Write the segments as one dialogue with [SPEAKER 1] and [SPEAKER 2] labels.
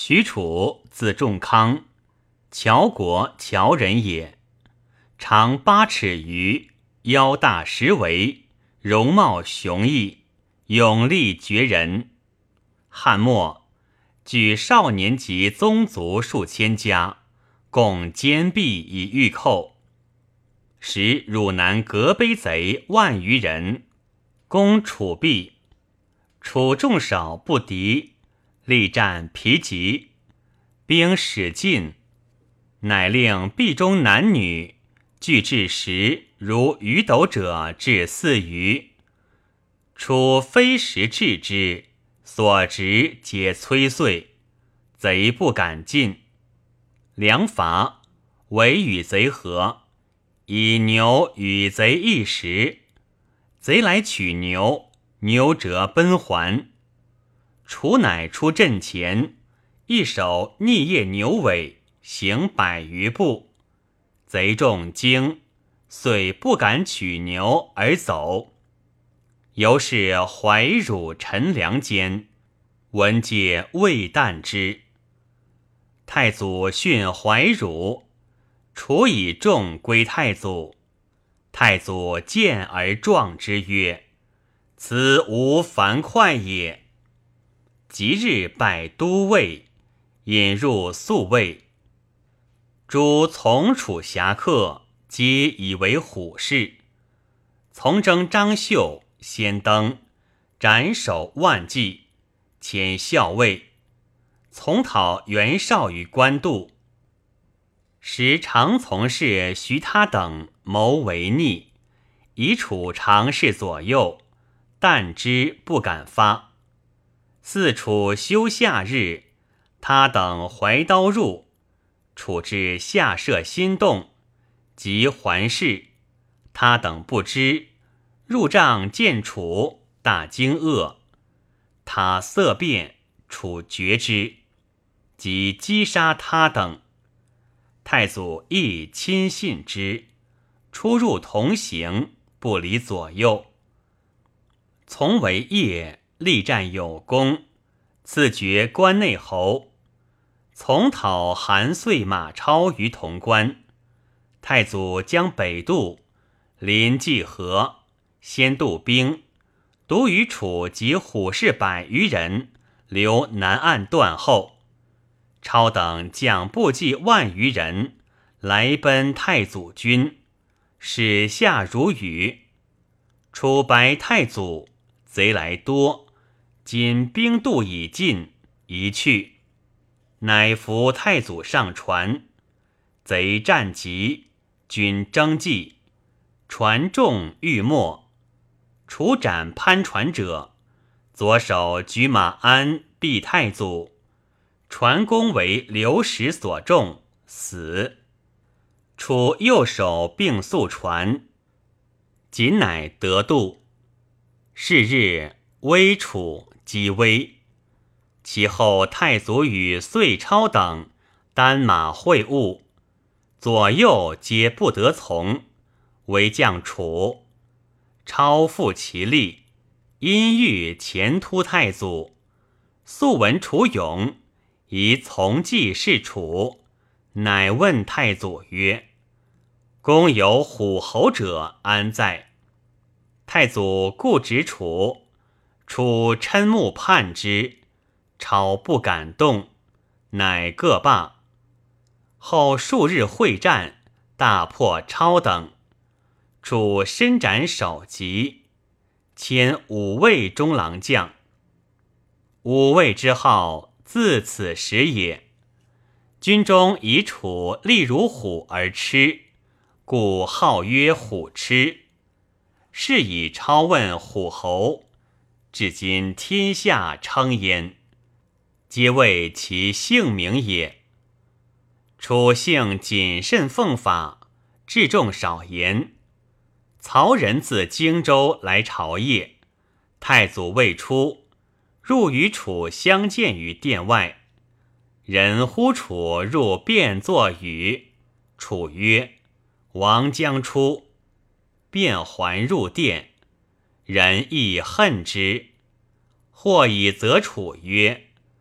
[SPEAKER 1] 许褚，字仲康，乔国乔人也。长8尺余，腰大10围，容貌雄毅，勇力绝人。汉末，举少年级宗族数千家，共坚壁以御寇。时汝南革卑贼万余人，攻楚壁，楚众少不敌，力战疲极，兵始尽，乃令壁中男女俱至时，如鱼斗者至4余。楚飞石制之，所执皆摧碎，贼不敢进。良伐，唯与贼合，以牛与贼一食。贼来取牛，牛折奔还。楚乃出阵前，一手逆腋牛尾，行100余步。贼众惊，遂不敢取牛而走。由是怀辱陈粮间，闻皆畏惮之。太祖训怀辱，楚以众归太祖。太祖见而壮之曰：此无樊哙也。即日拜都尉，引入宿卫。诸从楚侠客皆以为虎视。从征张绣先登，斩首万骑，迁校尉。从讨袁绍于官渡。时常从事徐他等谋为逆，以楚常侍左右，惮之不敢发。巳楚休夏日，他等怀刀入，楚至下设心动，即还视。他等不知，入帐见楚，大惊愕。他色变，楚觉之，即击杀他等。太祖亦亲信之，出入同行，不离左右。从为业，力战有功，赐爵关内侯。从讨韩遂、马超于潼关。太祖将北渡，临济河，先渡兵，独与楚及虎士100余人留南岸断后。超等将部骑万余人来奔太祖军，始下如雨。楚白太祖，贼来多，今兵渡已尽，宜去。乃扶太祖上船。贼战急，军征济，船众欲没。楚斩攀船者，左手举马鞍避太祖，船弓为流石所中，死。楚右手并速船，仅乃得渡。是日，威楚击威。其后太祖与遂超等单马会晤，左右皆不得从，唯将楚。超复其力，因欲前突太祖。素闻楚勇，宜从计事楚，乃问太祖曰：公有虎侯者安在？太祖固指楚，楚嗔目盼之，超不敢动，乃各罢。后数日会战，大破超等。楚伸斩首级，迁5位中郎将。5位之号，自此始也。军中以楚力如虎而吃，故号曰虎痴。是以超问虎侯，至今天下称焉，皆谓其姓名也。楚性谨慎奉法，治众少言。曹仁自荆州来朝谒，太祖未出，入与楚相见于殿外。人呼楚入便作语，楚曰：王将出。便还入殿，人亦恨之。或以责楚曰：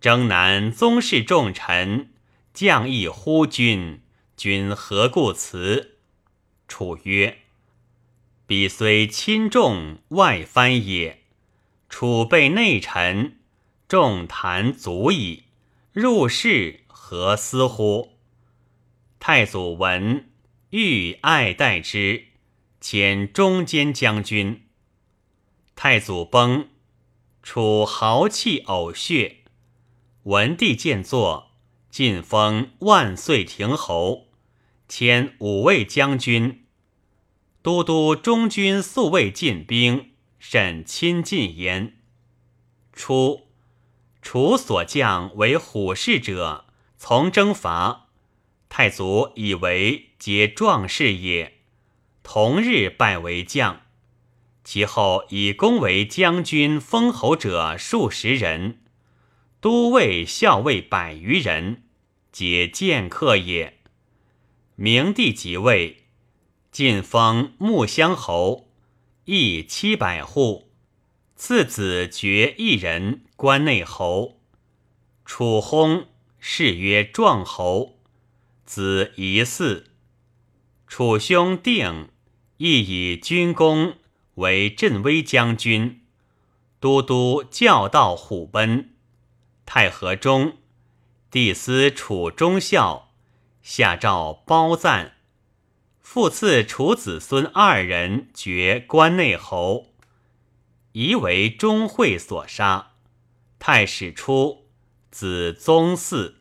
[SPEAKER 1] 征南宗室重臣，将议呼君，君何故辞？楚曰：彼虽亲重，外藩也。楚备内臣，众谈足矣，入室何思乎？太祖闻，欲爱戴之，迁中间将军。太祖崩，楚豪气呕血。文帝见作，晋封万岁亭侯，迁五卫将军。都督中军宿卫进兵，甚亲近焉。初，楚所将为虎视者，从征伐，太祖以为皆壮士也，同日拜为将。其后以功为将军封侯者数十人，都尉校尉100余人，皆剑客也。明帝即位，晋封穆乡侯，邑700户，次子爵1人关内侯。楚薨，谥曰壮侯，子夷嗣。楚兄定亦以军功为镇威将军，都督教道虎贲。太和中，帝司楚忠孝，下诏褒赞。复赐楚子孙2人爵关内侯，疑为钟会所杀。太史出，子宗嗣。